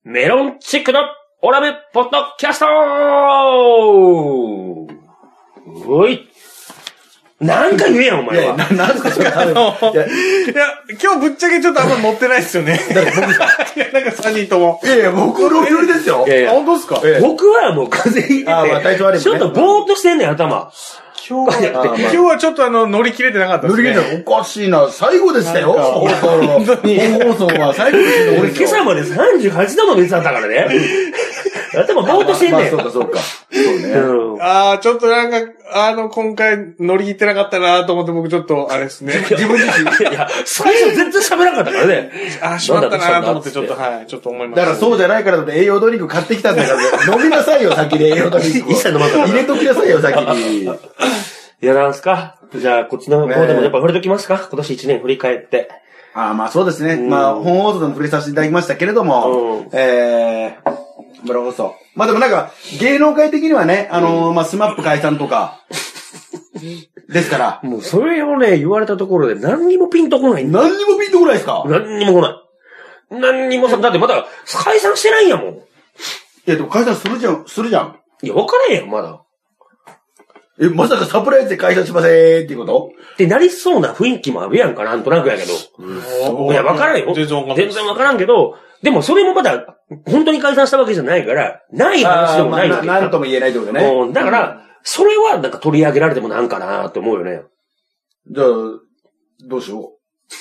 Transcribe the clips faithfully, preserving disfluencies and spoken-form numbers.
メロンチックのオラメポッドキャストおい。なんか言えやん、お前は。いや、 な、なんすか、それ。あの、いや、いや、今日ぶっちゃけちょっとあんま乗ってないっすよね。だから僕いや、なんかさんにんとも。 いやいや、僕の寄りですよ。 いやいや、本当ですか、 ええ、僕はもう風邪ひいてて、あ、まあ、体調悪い、ね、ちょっとぼーっとしてんねん、頭。 今日は、まあ、今日はちょっとあの、乗り切れてなかったですね。乗り切れておかしいな。最後でしたよ。放送の。本放送は最後でしたよ。 俺今朝までさんじゅうはちども出てたからね。頭ぼーっとしてんねん。 まあ、そうかそうか。そうね。 うん、ああ、ちょっとなんか、あの、今回乗り切ってなかったなと思って僕ちょっと、あれですね。 自分自身。いや、最初全然喋らなかったからね。 ああ、しまったなと思ってちょっと、はい、ちょっと思いました。 だからそうじゃないからって栄養ドリンク買ってきたんだから、飲みなさいよ、先に栄養ドリンク。 一切飲まなかった。 入れときなさいよ、先に。 いや、なんすか。じゃあ、こっちの方でもやっぱ触れときますか、ね、今年一年振り返って。 ああ、まあそうですね。うん、まあ、本放送でも触れさせていただきましたけれども、うん、えー、村放送。まあでもなんか、芸能界的にはね、あのー、まあスマップ解散とか、ですから。 もうそれをね、言われたところで何にもピンとこないんだ。何にもピンとこないですか？ 何にも来ない。何にもさ、だってまだ解散してないんやもん。いやでも解散するじゃん、するじゃん。 いや、わからへんよ、まだ。 え、まさかサプライズで解散しませんっていうことってなりそうな雰囲気もあるやんか、なんとなくやけど。うん、いや、わからんよ。全然わからん。全然わからんけど、でもそれもまだ、本当に解散したわけじゃないから、ない話でもないわけ。 まあ、なんとも言えないってことね。 うん、だから、それはなんか取り上げられてもなんかなって思うよね。 じゃあ、どうしよう。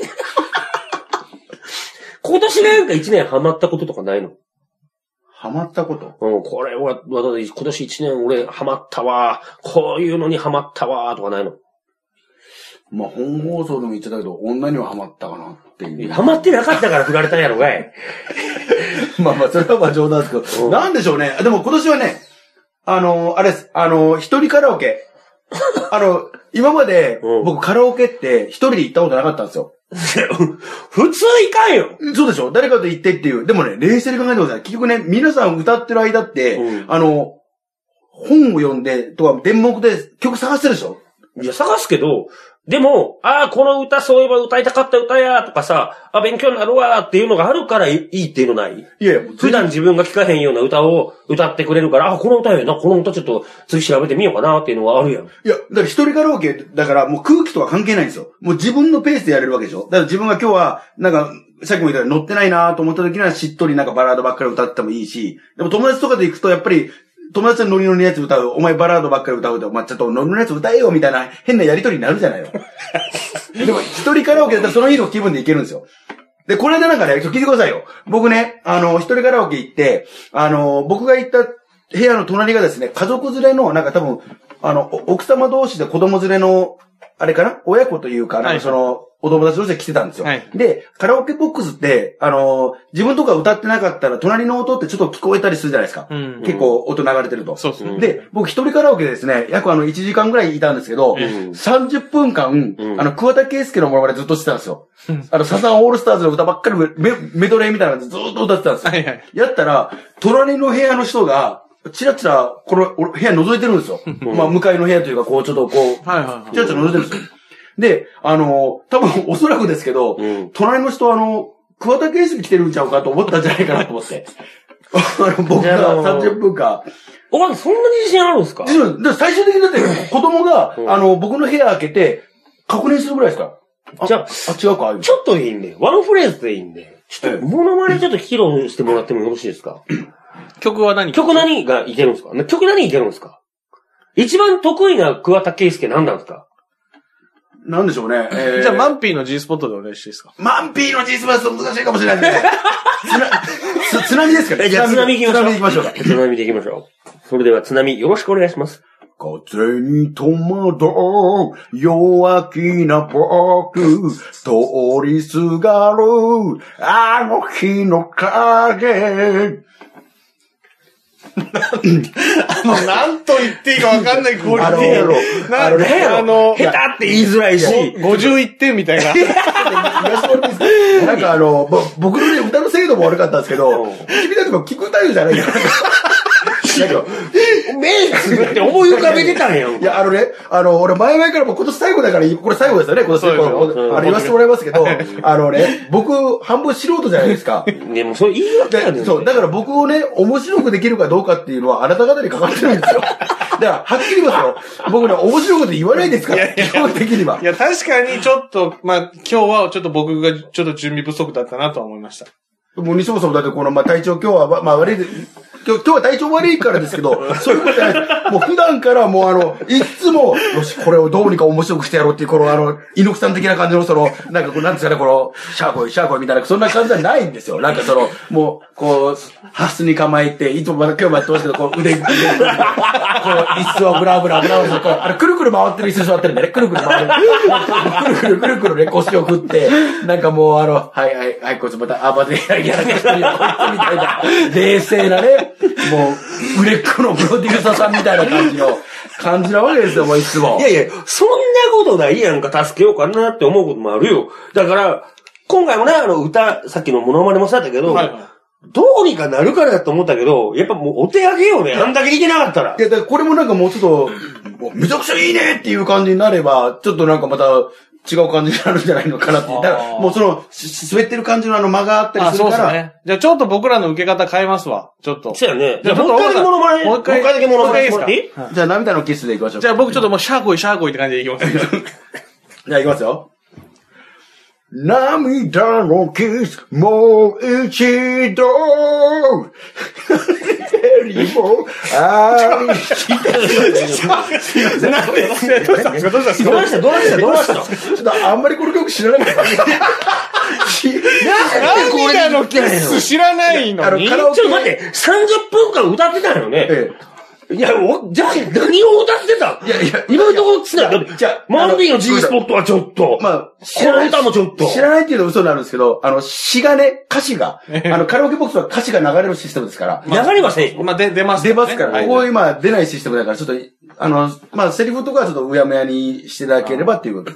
今年なんか一年ハマったこととかないの？ ハマったこと？ うん、これは、今年一年俺ハマったわ、こういうのにハマったわ、とかないの？ まあ、本放送でも言ってたけど、女にはハマったかなっていう。 ハマってなかったから振られたんやろがい。 まあまあ、それはまあ冗談ですけど、うん、なんでしょうね。でも今年はね、あの、あれです、あの、一人カラオケ。あの、今まで、僕カラオケって一人で行ったことなかったんですよ。 普通行かんよ。 そうでしょ？誰かと行ってっていう。でもね、冷静に考えてください。結局ね、皆さん歌ってる間って、うん、あの、本を読んで、とか、電目で曲探してるでしょ？ いや、探すけど、でも、ああ、この歌そういえば歌いたかった歌や、とかさ、あ、勉強になるわ、っていうのがあるからいいっていうのない？ いやいや、 普段自分が聴かへんような歌を歌ってくれるから、あ、この歌やな、この歌ちょっと次調べてみようかな、っていうのはあるやん。いや、だから一人カラオケ、だからもう空気とか関係ないんですよ。もう自分のペースでやれるわけでしょ。だから自分が今日は、なんか、さっきも言ったように乗ってないなと思った時にはしっとりなんかバラードばっかり歌ってもいいし、でも友達とかで行くとやっぱり、友達のノリノリのやつ歌う、お前バラードばっかり歌うと、まあ、ちょっとノリのやつ歌えよみたいな変なやりとりになるじゃないの。でも、一人カラオケだったらその日の気分でいけるんですよ。で、これでなんかね、ちょっと聞いてくださいよ。僕ね、あの、一人カラオケ行って、あの、僕が行った部屋の隣がですね、家族連れの、なんか多分、あの、奥様同士で子供連れの、あれかな親子というか、なんかその、お友達同士で来てたんですよ。はい、で、カラオケボックスって、あのー、自分とか歌ってなかったら、隣の音ってちょっと聞こえたりするじゃないですか。うんうん、結構音流れてると。そうそう。で、僕一人カラオケでですね、約あのいちじかんぐらいいたんですけど、うん、さんじゅっぷんかん、うん、あの、桑田佳祐のものまでずっとしてたんですよ。うん、あの、サザンオールスターズの歌ばっかりメ、メドレーみたいなのずっと歌ってたんですよ。はいはい、やったら、隣の部屋の人が、チラチラ、この部屋覗いてるんですよ。まあ、向かいの部屋というか、こう、ちょっとこう、はいはいはい、チラチラ覗いてるんですよ。で、あの、多分おそらくですけど、うん、隣の人あの、桑田佳祐来てるんちゃうかと思ったんじゃないかなと思って。あの、僕がさんじゅっぷんか。 お前そんなに自信あるんですか？ で最終的にだって子供が、うん、あの、僕の部屋開けて、確認するぐらいですか？ じゃあ、 あ、違うかちょっといいんで、ワンフレーズでいいんで、ちょっと、モノマネちょっと披露してもらってもよろしいですか？ 曲は何曲何がいけるんですか？曲何いけるんですか？一番得意な桑田佳祐何なんですか？ なんでしょうね。 えー、じゃあ、マンピーの G スポットでお願いしていいですか？ マンピーの G スポット難しいかもしれないですね。つな、津波ですかね。 じゃあ、津波行きましょう。 津波行きましょうか。 津波で行きましょう。それでは、津波よろしくお願いします。 風に戸惑う弱気な僕、通りすがるあの日の影。 あの、なんと言っていいかわかんないクオリティやろ。 あのね、あの、下手って言いづらいし。 ごじゅういってんみたいな。 なんかあの、僕のね、歌の精度も悪かったんですけど、君たちも聞くタイプじゃないよ。 しいよ。目つぶって思い浮かべてたんやん。 いや、あのね、あの、俺前々からもう今年最後だから、これ最後ですよね、今年最後。あの、言わせてもらいますけど、あのね、僕、半分素人じゃないですか。 でも、それ言い訳やねん。 そう、だから僕をね、面白くできるかどうかっていうのは、あなた方にかかってるんですよ。だから、はっきり言いますよ。僕ね、面白いこと言わないですから、基本的には。 いや、確かにちょっと、まあ、今日はちょっと僕がちょっと準備不足だったなとは思いました。 もう西本さんもだってこの、まあ、体調今日は、まあ、悪いで、今日、今日は体調悪いからですけど、そういうことじゃないです。もう普段からもうあの、いつも、よし、これをどうにか面白くしてやろうっていう、このあの、猪木さん的な感じのその、なんかこう、なんですかね、この、シャーコイ、シャーコイみたいな、そんな感じじゃないんですよ。なんかその、もう、こう、ハスに構えて、いつもまだ今日もやってますけど、こう、腕、腕、こう、椅子をブラブラブラブラ、こう、あれ、くるくる回ってる椅子座ってるんでね、くるくる回る。くるくるくるくるね、腰を振って、なんかもうあの、はいはい、はい、こいつまた、あ、までやらやらかしてるよ、こいつみたいな、冷静なね、もう、売れっ子のプロデューサーさんみたいな感じの、感じなわけですよ、もういつも。 いやいや、そんなことないやんか、助けようかなって思うこともあるよ。だから、今回もね、あの、歌、さっきのモノマネもそうだったけど、はいはい、どうにかなるからだと思ったけど、やっぱもうお手上げようね、あんだけ似てなかったら。 いや、だからこれもなんかもうちょっと、もうめちゃくちゃいいねっていう感じになれば、ちょっとなんかまた、違う感じになるんじゃないのかなって。だからもうその、滑ってる感じのあの間があったりするから。 そうですね。じゃあちょっと僕らの受け方変えますわ。ちょっと。 そうやね。じゃあもう一回だけモノマネ。もう一回だけモノマネしてもらっていい？ じゃあ涙のキスでいきましょう。 じゃあ僕ちょっともうシャーコイシャーコイって感じでいきます。 じゃあいきますよ。涙のキス、もう一度、よりも、愛したい。 なんでどうしたどうしたどうしたどうしたどうしたちょっとあんまりこの曲知らなかった。 涙のキス知らないのに。 ちょっと待って、さんじゅっぷんかん歌ってたよね。ええいや、お、じゃあ、何を歌ってた？いやいや、今のところつながって、じゃあ、マンディの G スポットはちょっと。まあ、この歌もちょっと。 知らないっていうのは嘘になるんですけど、あの、詩がね、歌詞が、あの、カラオケボックスは歌詞が流れるシステムですから。 流れません。 まあ、で、出ます。 出ますから、ここ今出ないシステムだから、ちょっと、あの、まあ、セリフとかはちょっとうやむやにしていただければっていうこと。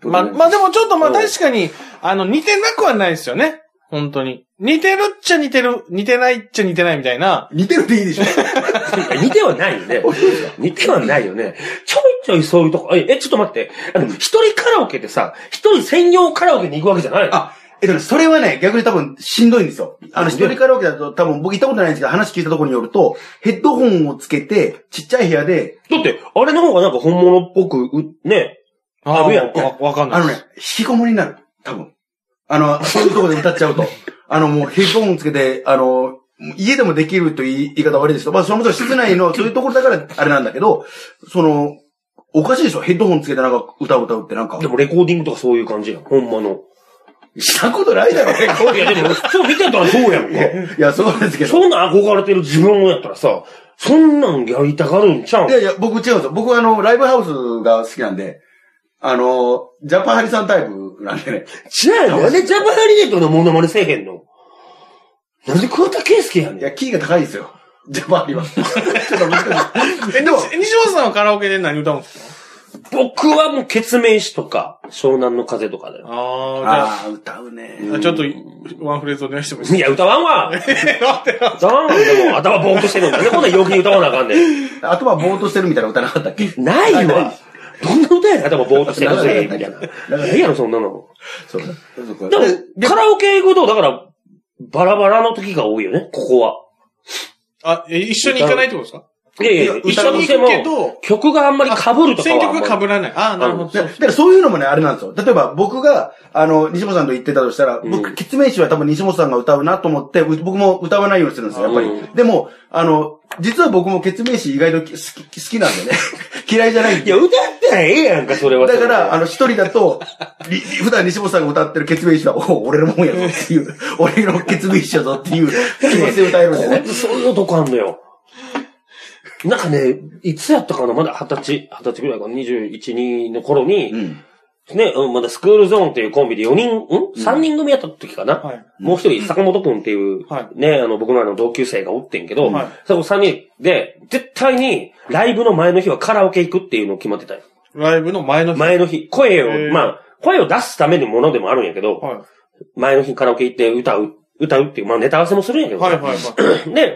まあ、まあでもちょっとまあ確かに、あの、似てなくはないですよね。本当に。似てるっちゃ似てる、似てないっちゃ似てないみたいな。 似てるっていいでしょ。 似てはないよね。似てはないよね。ちょいちょいそういうとこ、え、えちょっと待って。あの、一人カラオケってさ、一人専用カラオケに行くわけじゃないの？ あ、えっとね、それはね、逆に多分しんどいんですよ。あの、一人カラオケだと多分僕行ったことないんですけど、話聞いたところによると、ヘッドホンをつけて、ちっちゃい部屋で。 だって、あれの方がなんか本物っぽく、ね、あるやんか。 わかんない。 あのね、引きこもりになる。多分。あの、そういうところで歌っちゃうと。あの、もうヘッドホンつけて、あの、家でもできるという言い方悪いですけど、まあ、そもそも室内のそういうところだからあれなんだけど、その、おかしいでしょ？ヘッドホンつけてなんか歌を歌うってなんか。 でもレコーディングとかそういう感じやん。ほんまの。 したことないだろ、レコーディング。 いや、でも、普通見てたらそうやんか。 いや、そうですけど。 そんな憧れてる自分やったらさ、そんなんやりたがるんちゃう？ いやいや、僕違うんですよ。僕はあの、ライブハウスが好きなんで、あの、ジャパハリさんタイプなんでね。 じゃあ、なんでジャパハリネットのモノマネせえへんの？なんで桑田佳祐やねん。 いや、キーが高いですよ。ジャパハリは。ちょっと難しい。 え、でも、西本さんはカラオケで何歌うんですか？ 僕はもう、ケツメイシとか、湘南の風とかだよ。 ああ、歌うね。 ちょっと、ワンフレーズお願いしてもいいですか？ いや、歌わんわ。歌わんわ。でも、頭ぼーっとしてるんだね。こんな陽気に歌わなあかんねん。 頭ぼーっとしてるみたいな歌なかったっけ？ ないわ。どんな歌やねん、頭ぼーっとしてるみたいな。ないやろ、そんなの。そうだ。でも、カラオケ行くと、だから、バラバラの時が多いよね、ここは。 あ、え、一緒に行かないってことですか？ いやいや、一緒に行くけど、曲があんまり被るとかは。 選曲が被らない。ああ、なるほど。 だからそういうのもね、あれなんですよ。例えば僕が、あの、西本さんと言ってたとしたら、僕、ケツメイシは多分西本さんが歌うなと思って、僕も歌わないようにするんですよ、やっぱり。でも、あの、実は僕もケツメイシ意外と好き、好きなんでね。嫌いじゃないんで。 いや、歌ったらええやんか、それは。 だから、あの、一人だと、普段西本さんが歌ってるケツメイシは、お俺のもんやぞっていう、俺のケツメイシやぞっていう気持ちで歌えるんでね。 そういうとこあんのよ。なんかね、いつやったかな、まだ二十歳、二十歳ぐらいかな、にじゅういち、にの頃に、うん、ね、まだスクールゾーンっていうコンビでよにん、ん ?さん 人組やった時かな、はい、もう一人、坂本くんっていう、はい、ね、あの、僕のあの同級生がおってんけど、はい、そこさんにんで、絶対に、ライブの前の日はカラオケ行くっていうのを決まってたよ。 ライブの前の日前の日。声を、まあ、声を出すためのものでもあるんやけど、はい、前の日カラオケ行って歌う、歌うっていう、まあネタ合わせもするんやけど、はいはいはい、で、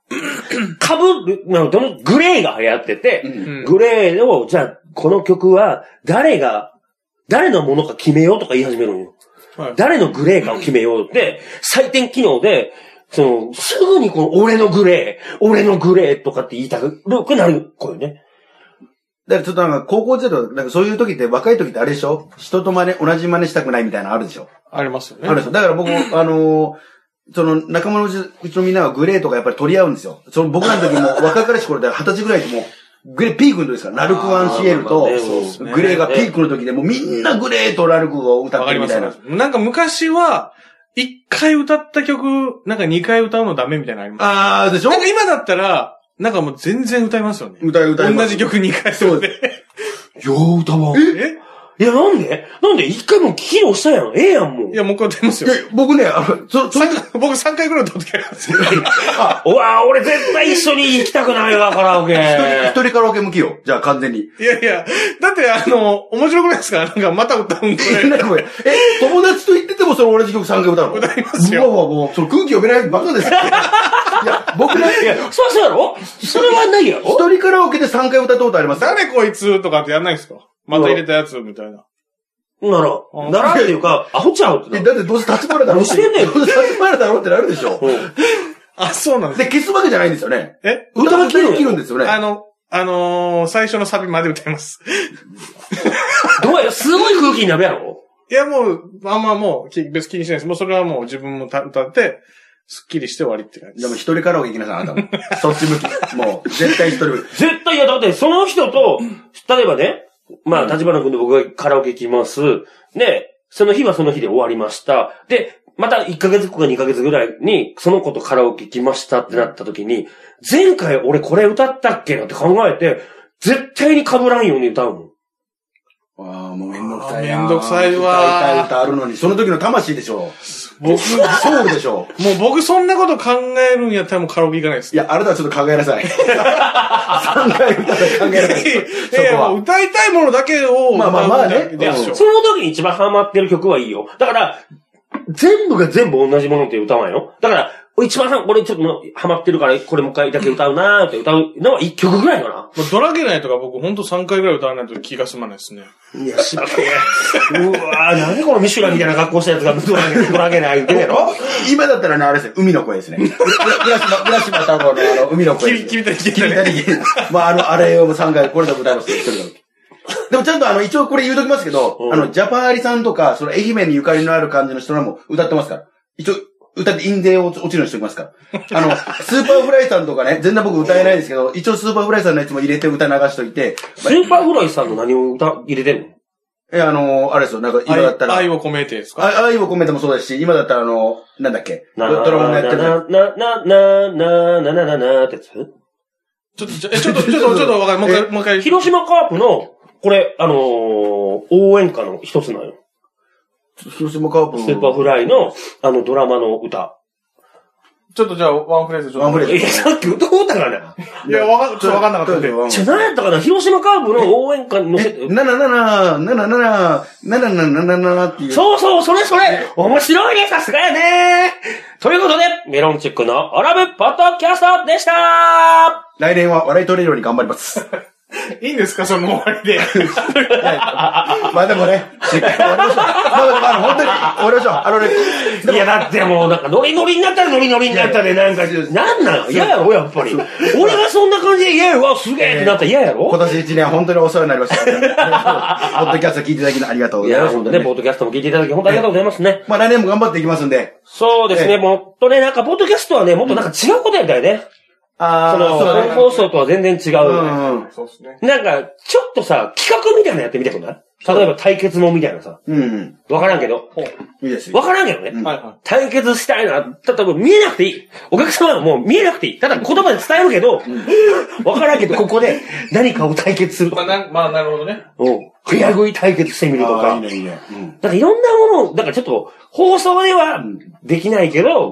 かぶる、なのどのグレーが流行ってて、うん、グレーを、じゃあ、この曲は、誰が、誰のものか決めようとか言い始めるのよ。はい、誰のグレーかを決めようって、採点機能で、その、すぐにこの、俺のグレー、俺のグレーとかって言いたくなる子よね。 だからちょっとなんか、高校時代と、なんかそういう時って、若い時ってあれでしょ？人と真似、同じ真似したくないみたいなのあるでしょ？ ありますよね。 あるでしょ。だから僕、あのー、その、仲間のうち、うちのみんなはグレーとかやっぱり取り合うんですよ。その、僕らの時も、若かりし頃で二十歳ぐらいでもう、グレーピークの時ですから、ラルク・アンシエルと、グレーがピークの時でもうみんなグレーとラルクを歌ってるみたいな。 なんか昔は、一回歌った曲、なんか二回歌うのダメみたいなのあります。 あー、でしょ？ なんか今だったら、なんかもう全然歌いますよね。 歌い歌います。 同じ曲二回そうで。 よう歌わん。 えいや、なんでなんで一回も披露したやん。ええやん、もう。 いや、もう一回歌いますよ。 僕ね、あの、そ、そ、 僕三回ぐらい歌った時ありますよ。 あ、うわぁ、俺絶対一緒に行きたくないわ、カラオケ。 一人、一人カラオケ向きよ。じゃあ完全に。 いやいや、だってあの、面白くないですか？なんかまた歌うんこれ。 なんかこれ、え、友達と言っててもその同じ曲さんかい歌うの？ 歌いますよ。 もう、もう、その空気読めないバカですよ。いや、僕ね、 いや、そうそうやろ？それはないやろ？ 一人カラオケでさんかい歌ったことあります。 誰こいつとかってやんないんですか？また入れたやつみたいな。 なら、ならっていうか、アホちゃうって。 だってどうせ立花だろうって。 してんねん。 どうせ立花だろうってなるでしょ。 あ、そうなんです。 で、消すわけじゃないんですよね。 え歌が切る、切るんですよね。 あの、あのー、最初のサビまで歌います。 どうやすごい空気になるやろ？ いや、もう、あんまもう、別気にしないです。もうそれはもう自分も歌って、スッキリして終わりって感じ。 でも一人カラオケ行きなさい、あなたも。そっち向き。もう、絶対一人向き。 絶対、いや、だってその人と、例えばね、まあ、立花君と僕がカラオケ行きます。で、その日はその日で終わりました。で、またいっかげつかにかげつぐらいに、その子とカラオケ行きましたってなった時に、前回俺これ歌ったっけなって考えて、絶対に被らんように歌うもん。 ああ、もうめんどくさいな。 めんどくさいわ。 歌いたい歌あるのに、その時の魂でしょ。僕、ソウルでしょ。 もう僕そんなこと考えるんやったらもうカラオケ行かないです。 いや、あなたはちょっと考えなさい。さんかい歌って考えなさい。 いやいや、もう歌いたいものだけを。 まあまあまあね。 その時に一番ハマってる曲はいいよ。だから、全部が全部同じものって歌わんよ。だから、一番は、俺ちょっとハマってるから、これもう一回だけ歌うなーって歌うのは一曲ぐらいかな。 ドラゲナイとか僕ほんとさんかいぐらい歌わないと気が済まないですね。 いや、しっけえ。うわぁ、なんでこのミシュランみたいな格好したやつがドラゲナイ、ドラゲナイ言ってんやろ？ 今だったらね、あれですよ、海の声ですね。浦島、浦島太郎のあの、海の声。 君たり君たり。まあ、あの、あれをさんかい、これでも歌いますよ、一人で。でもちゃんとあの、一応これ言うときますけど、あの、ジャパーリさんとか、その愛媛にゆかりのある感じの人らも歌ってますから。一応、歌って印税を落ちるようにしておきますから。あの、スーパーフライさんとかね、全然僕歌えないですけど、一応スーパーフライさんのやつも入れて歌流しといて。 スーパーフライさんの何を歌入れてんの？ え、あの、あれですよ、なんか今だったら。 愛を込めてですか？ 愛を込めてもそうですし、今だったらあの、なんだっけ。 ドラマのやってる。な、な、な、な、な、な、な、な、な、ってやつ？ちょっと、ちょっと、ちょっと、ちょっと、ちょっと、わかる。もう一回、もう一回。 広島カープの、これ、あのー、応援歌の一つなのよ。 広島カープスーパーフライの、あの、ドラマの歌。 ちょっとじゃあ、ワンフレーズちょっと。 ワンフレーズ。 いや、さっき歌おうたからな。 いや、わか、ちょっとわかんなかったんで。 じゃ、何やったかな広島カープの応援歌に乗せて。 なななな、なななな、ななななななっていう。 そうそう、それそれ面白いね、さすがやねということで、メロンチックのオラブポッドキャストでした来年は笑い取れるように頑張ります。 いいんですかその終わりで。 まあでもね、しっかり終わりましょう。まあでもあの、本当に終わりましょう。あのね、 いやだってもうなんかノリノリになったらノリノリになったでなんか、なんなの嫌やろやっぱり。俺がそんな感じで嫌やろすげえってなったら嫌やろ今年一年本当にお世話になりました。ポッドキャスト聞いていただきありがとうございます。 いや、本当ね、ポッドキャストも聞いていただき本当ありがとうございますね。 まあ来年も頑張っていきますんで。 そうですね、もっとね、なんかポッドキャストはね、もっとなんか違うことやりたいね。ああ、その、本放送とは全然違う。うん。そうですね。なんか、ちょっとさ、企画みたいなのやってみたくない例えば対決もみたいなさ。うん。わからんけど。いいですよ。わからんけどね。はいはい。対決したいな。ただ見えなくていい。お客様はもう見えなくていい。ただ言葉で伝えるけど、わからんけど、ここで何かを対決する。 まあ、な、まあ、なるほどね。 うん。早食い対決してみるとか。いいね、いいね。うん。だからいろんなものを、だからちょっと、放送ではできないけど、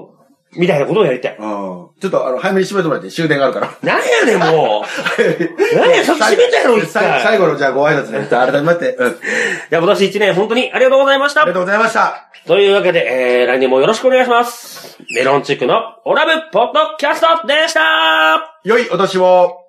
みたいなことをやりたい。 うん。ちょっと、あの、早めに閉めてもらって、終電があるから。 なんやねん、もう。なんや、さっき閉めたやろ、一回。 最後の、じゃあ、ご挨拶ね。改めまして。うん。 じゃあ、今年一年、本当にありがとうございました。 ありがとうございました。 というわけで、えー、来年もよろしくお願いします。メロンチックのオラブポッドキャストでした。 良いお年を。